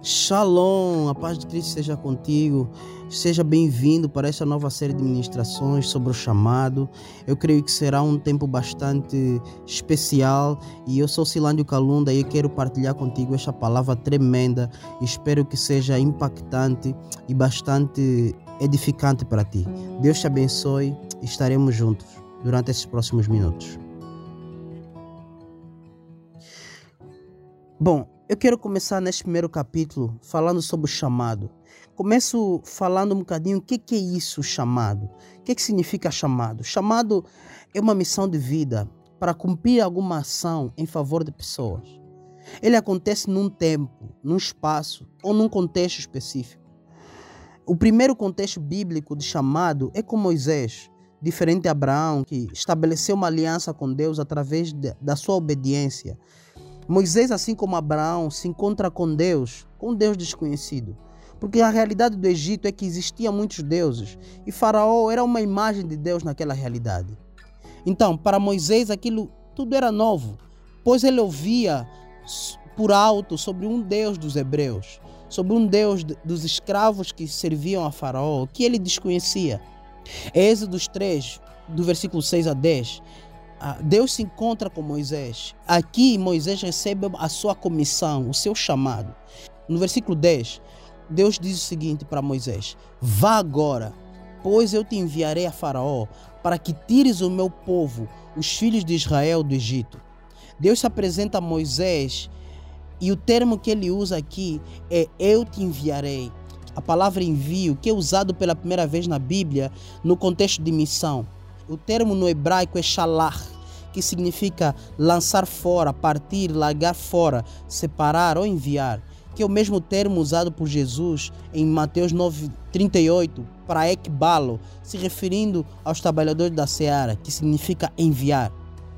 Shalom, a paz de Cristo seja contigo. Seja bem-vindo para essa nova série de ministrações sobre o chamado. Eu creio que será um tempo bastante especial e eu sou Silândio Calunda e eu quero partilhar contigo esta palavra tremenda. Espero que seja impactante e bastante edificante para ti. Deus te abençoe e estaremos juntos durante esses próximos minutos. Bom, eu quero começar neste primeiro capítulo falando sobre o chamado. Começo falando um bocadinho o que é isso, chamado. O que significa chamado? Chamado é uma missão de vida para cumprir alguma ação em favor de pessoas. Ele acontece num tempo, num espaço ou num contexto específico. O primeiro contexto bíblico de chamado é com Moisés, diferente de Abraão, que estabeleceu uma aliança com Deus através da sua obediência. Moisés, assim como Abraão, se encontra com Deus desconhecido. Porque a realidade do Egito é que existiam muitos deuses e Faraó era uma imagem de Deus naquela realidade. Então, para Moisés, aquilo tudo era novo, pois ele ouvia por alto sobre um Deus dos hebreus, sobre um Deus dos escravos que serviam a Faraó, que ele desconhecia. Êxodo 3, do versículo 6 a 10, Deus se encontra com Moisés. Aqui Moisés recebe a sua comissão, o seu chamado. No versículo 10, Deus diz o seguinte para Moisés: vá agora, pois eu te enviarei a Faraó para que tires o meu povo, os filhos de Israel, do Egito. Deus se apresenta a Moisés e o termo que ele usa aqui é eu te enviarei. A palavra envio, que é usado pela primeira vez na Bíblia no contexto de missão. O termo no hebraico é shalach, que significa lançar fora, partir, largar fora, separar ou enviar, que é o mesmo termo usado por Jesus em Mateus 9:38 para ekbalo, se referindo aos trabalhadores da seara, que significa enviar.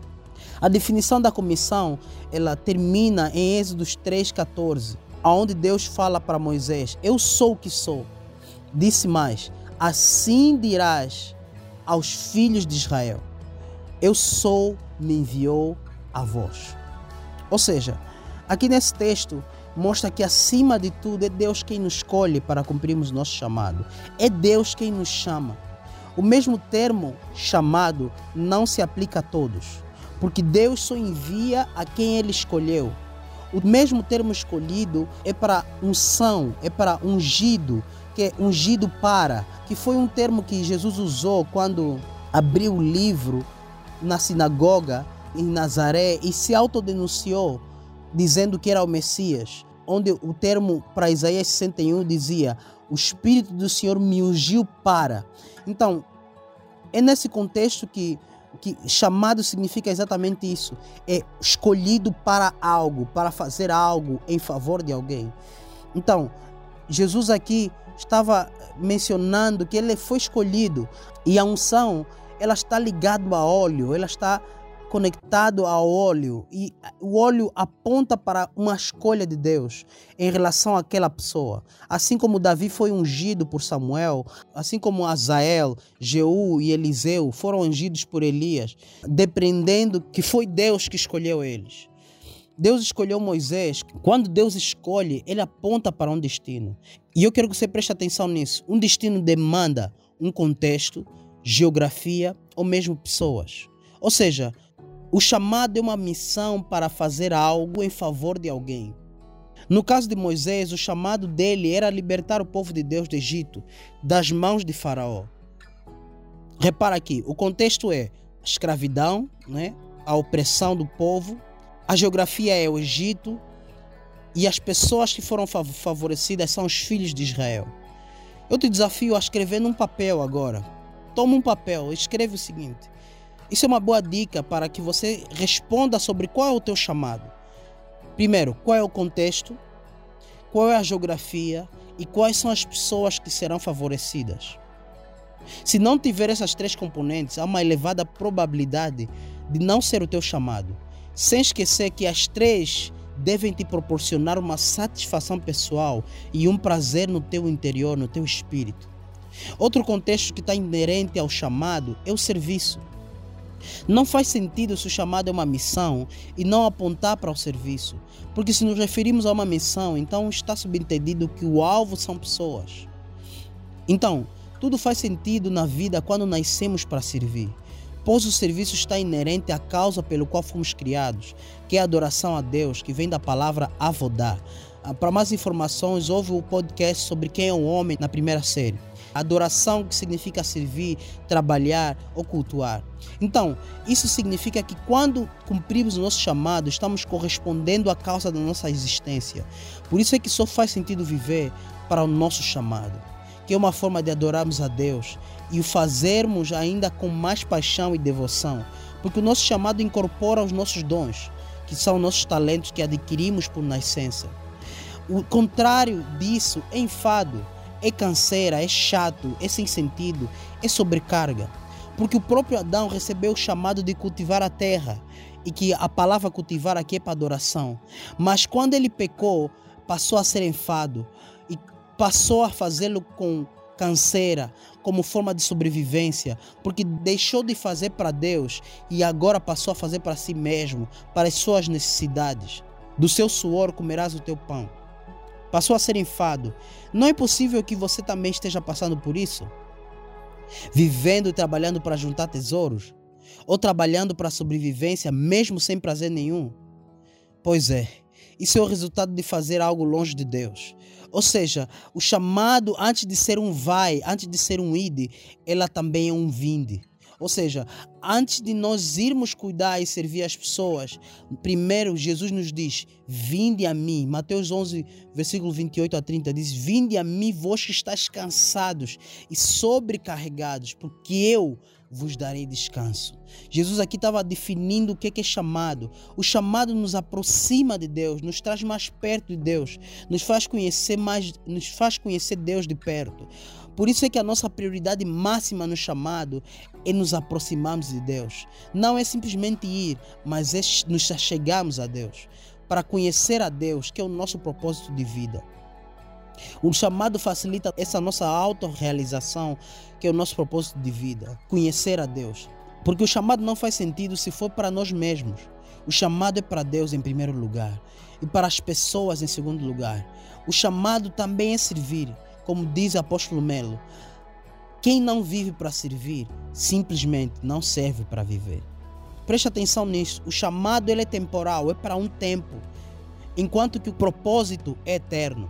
A definição da comissão, ela termina em Êxodo 3:14, onde Deus fala para Moisés: eu sou o que sou. Disse mais: assim dirás aos filhos de Israel: eu sou, me enviou a vós. Ou seja, aqui nesse texto mostra que acima de tudo é Deus quem nos escolhe para cumprirmos nosso chamado. É Deus quem nos chama. O mesmo termo chamado não se aplica a todos, porque Deus só envia a quem Ele escolheu. O mesmo termo escolhido é para unção, é para ungido, que é ungido para, que foi um termo que Jesus usou quando abriu o livro na sinagoga em Nazaré e se autodenunciou dizendo que era o Messias, onde o termo para Isaías 61 dizia: o Espírito do Senhor me ungiu para. Então, é nesse contexto que chamado significa exatamente isso, é escolhido para algo, para fazer algo em favor de alguém. Então, Jesus aqui estava mencionando que ele foi escolhido e a unção, ela está ligada a óleo, ela está conectado ao óleo e o óleo aponta para uma escolha de Deus em relação àquela pessoa. Assim como Davi foi ungido por Samuel, assim como Azael, Jeú e Eliseu foram ungidos por Elias, dependendo que foi Deus que escolheu eles. Deus escolheu Moisés. Quando Deus escolhe, ele aponta para um destino. E eu quero que você preste atenção nisso. Um destino demanda um contexto, geografia ou mesmo pessoas. Ou seja, o chamado é uma missão para fazer algo em favor de alguém. No caso de Moisés, o chamado dele era libertar o povo de Deus do Egito, das mãos de Faraó. Repara aqui, o contexto é a escravidão, a opressão do povo. A geografia é o Egito e as pessoas que foram favorecidas são os filhos de Israel. Eu te desafio a escrever num papel agora. Toma um papel, escreve o seguinte. Isso é uma boa dica para que você responda sobre qual é o teu chamado. Primeiro, qual é o contexto, qual é a geografia e quais são as pessoas que serão favorecidas. Se não tiver essas três componentes, há uma elevada probabilidade de não ser o teu chamado. Sem esquecer que as três devem te proporcionar uma satisfação pessoal e um prazer no teu interior, no teu espírito. Outro contexto que está inerente ao chamado é o serviço. Não faz sentido se o chamado é uma missão e não apontar para o serviço. Porque se nos referimos a uma missão, então está subentendido que o alvo são pessoas. Então, tudo faz sentido na vida quando nascemos para servir. Pois o serviço está inerente à causa pelo qual fomos criados, que é a adoração a Deus, que vem da palavra avodá. Para mais informações, ouve o podcast sobre quem é o homem na primeira série. Adoração, que significa servir, trabalhar ou cultuar. Então, isso significa que quando cumprimos o nosso chamado, estamos correspondendo à causa da nossa existência. Por isso é que só faz sentido viver para o nosso chamado, que é uma forma de adorarmos a Deus e o fazermos ainda com mais paixão e devoção, porque o nosso chamado incorpora os nossos dons, que são nossos talentos que adquirimos por nascença. O contrário disso é enfado, é canseira, é chato, é sem sentido, é sobrecarga. Porque o próprio Adão recebeu o chamado de cultivar a terra, e que a palavra cultivar aqui é para adoração. Mas quando ele pecou, passou a ser enfado e passou a fazê-lo com canseira, como forma de sobrevivência, porque deixou de fazer para Deus e agora passou a fazer para si mesmo, para as suas necessidades. Do seu suor comerás o teu pão. Passou a ser enfado. Não é possível que você também esteja passando por isso? Vivendo e trabalhando para juntar tesouros? Ou trabalhando para a sobrevivência, mesmo sem prazer nenhum? Pois é, isso é o resultado de fazer algo longe de Deus. Ou seja, o chamado, antes de ser um vai, antes de ser um ide, ela também é um vinde. Ou seja, antes de nós irmos cuidar e servir as pessoas, primeiro Jesus nos diz, vinde a mim. Mateus 11, versículo 28 a 30 diz, vinde a mim vós que estáis cansados e sobrecarregados, porque eu vos darei descanso. Jesus aqui estava definindo o que é chamado. O chamado nos aproxima de Deus, nos traz mais perto de Deus, nos faz conhecer Deus de perto. Por isso é que a nossa prioridade máxima no chamado é nos aproximarmos de Deus. Não é simplesmente ir, mas é nos chegarmos a Deus, para conhecer a Deus, que é o nosso propósito de vida. O chamado facilita essa nossa autorrealização, que é o nosso propósito de vida, conhecer a Deus. Porque o chamado não faz sentido se for para nós mesmos. O chamado é para Deus em primeiro lugar e para as pessoas em segundo lugar. O chamado também é servir, como diz o apóstolo Melo. Quem não vive para servir, simplesmente não serve para viver. Preste atenção nisso. O chamado ele é temporal, é para um tempo, enquanto que o propósito é eterno.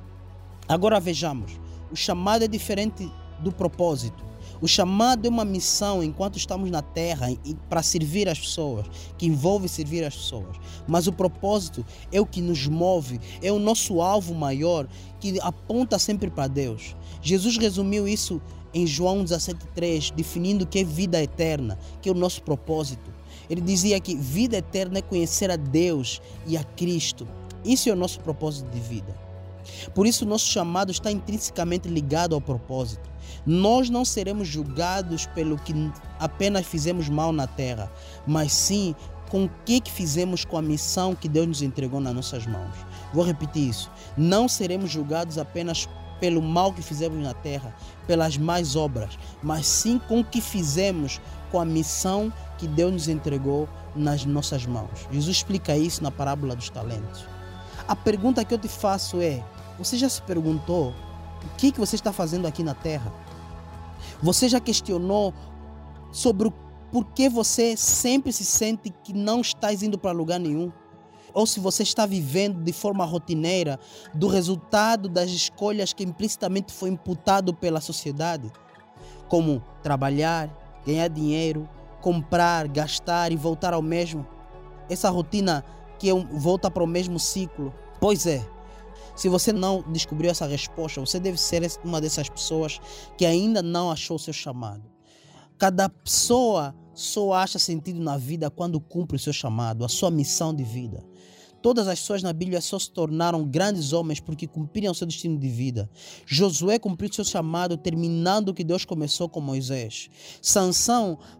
Agora vejamos, o chamado é diferente do propósito. O chamado é uma missão enquanto estamos na terra para servir as pessoas, que envolve servir as pessoas. Mas o propósito é o que nos move, é o nosso alvo maior, que aponta sempre para Deus. Jesus resumiu isso em João 17,3, definindo o que é vida eterna, que é o nosso propósito. Ele dizia que vida eterna é conhecer a Deus e a Cristo. Isso é o nosso propósito de vida. Por isso, o nosso chamado está intrinsecamente ligado ao propósito. Nós não seremos julgados pelo que apenas fizemos mal na terra, mas sim com o que fizemos com a missão que Deus nos entregou nas nossas mãos. Vou repetir isso. Não seremos julgados apenas pelo mal que fizemos na terra, pelas más obras, mas sim com o que fizemos com a missão que Deus nos entregou nas nossas mãos. Jesus explica isso na parábola dos talentos. A pergunta que eu te faço é: você já se perguntou o que você está fazendo aqui na terra? Você já questionou sobre o porquê você sempre se sente que não estás indo para lugar nenhum? Ou se você está vivendo de forma rotineira do resultado das escolhas que implicitamente foi imputado pela sociedade, como trabalhar, ganhar dinheiro, comprar, gastar e voltar ao mesmo. Essa rotina que volta para o mesmo ciclo. Pois é, se você não descobriu essa resposta, você deve ser uma dessas pessoas que ainda não achou o seu chamado. Cada pessoa só acha sentido na vida quando cumpre o seu chamado, a sua missão de vida. Todas as pessoas na Bíblia só se tornaram grandes homens porque cumpriram seu destino de vida. Josué cumpriu seu chamado terminando o que Deus começou com Moisés. Sansão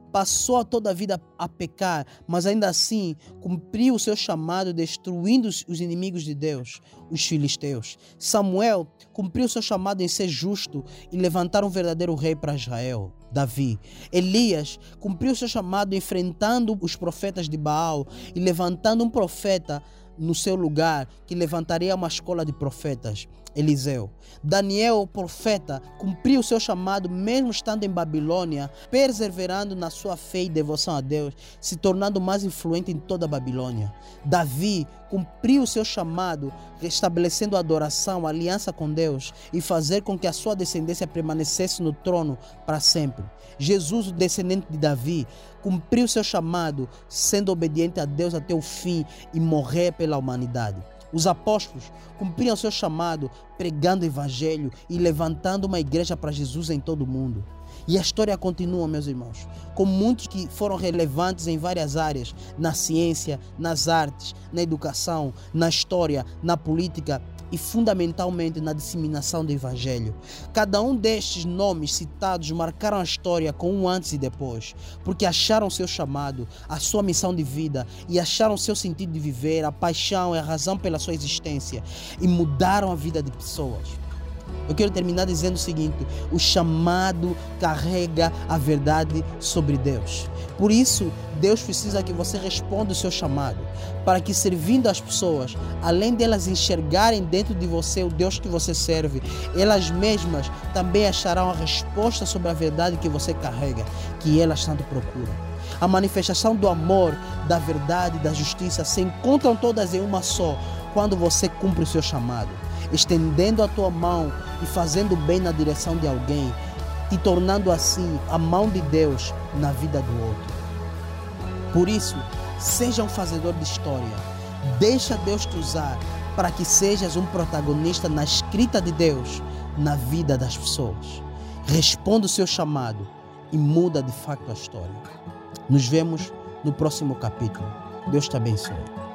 passou toda a vida a pecar, mas ainda assim cumpriu o seu chamado, destruindo os inimigos de Deus, os filisteus. Samuel cumpriu o seu chamado em ser justo e levantar um verdadeiro rei para Israel, Davi. Elias cumpriu o seu chamado enfrentando os profetas de Baal e levantando um profeta no seu lugar, que levantaria uma escola de profetas, Eliseu. Daniel, o profeta, cumpriu o seu chamado mesmo estando em Babilônia, perseverando na sua fé e devoção a Deus, se tornando mais influente em toda a Babilônia. Davi cumpriu o seu chamado, restabelecendo a adoração, a aliança com Deus e fazer com que a sua descendência permanecesse no trono para sempre. Jesus, o descendente de Davi, cumpriu seu chamado, sendo obediente a Deus até o fim e morrer pela humanidade. Os apóstolos cumpriam seu chamado, pregando o evangelho e levantando uma igreja para Jesus em todo o mundo. E a história continua, meus irmãos, com muitos que foram relevantes em várias áreas, na ciência, nas artes, na educação, na história, na política e fundamentalmente na disseminação do evangelho. Cada um destes nomes citados marcaram a história com um antes e depois, porque acharam seu chamado, a sua missão de vida e acharam seu sentido de viver, a paixão e a razão pela sua existência e mudaram a vida de pessoas. Eu quero terminar dizendo o seguinte: o chamado carrega a verdade sobre Deus. Por isso, Deus precisa que você responda o seu chamado, para que, servindo as pessoas, além delas enxergarem dentro de você o Deus que você serve, elas mesmas também acharão a resposta sobre a verdade que você carrega, que elas tanto procuram. A manifestação do amor, da verdade e da justiça se encontram todas em uma só, quando você cumpre o seu chamado, estendendo a tua mão e fazendo bem na direção de alguém, e tornando assim a mão de Deus na vida do outro. Por isso, seja um fazedor de história. Deixa Deus te usar para que sejas um protagonista na escrita de Deus na vida das pessoas. Responda o seu chamado e muda de facto a história. Nos vemos no próximo capítulo. Deus te abençoe.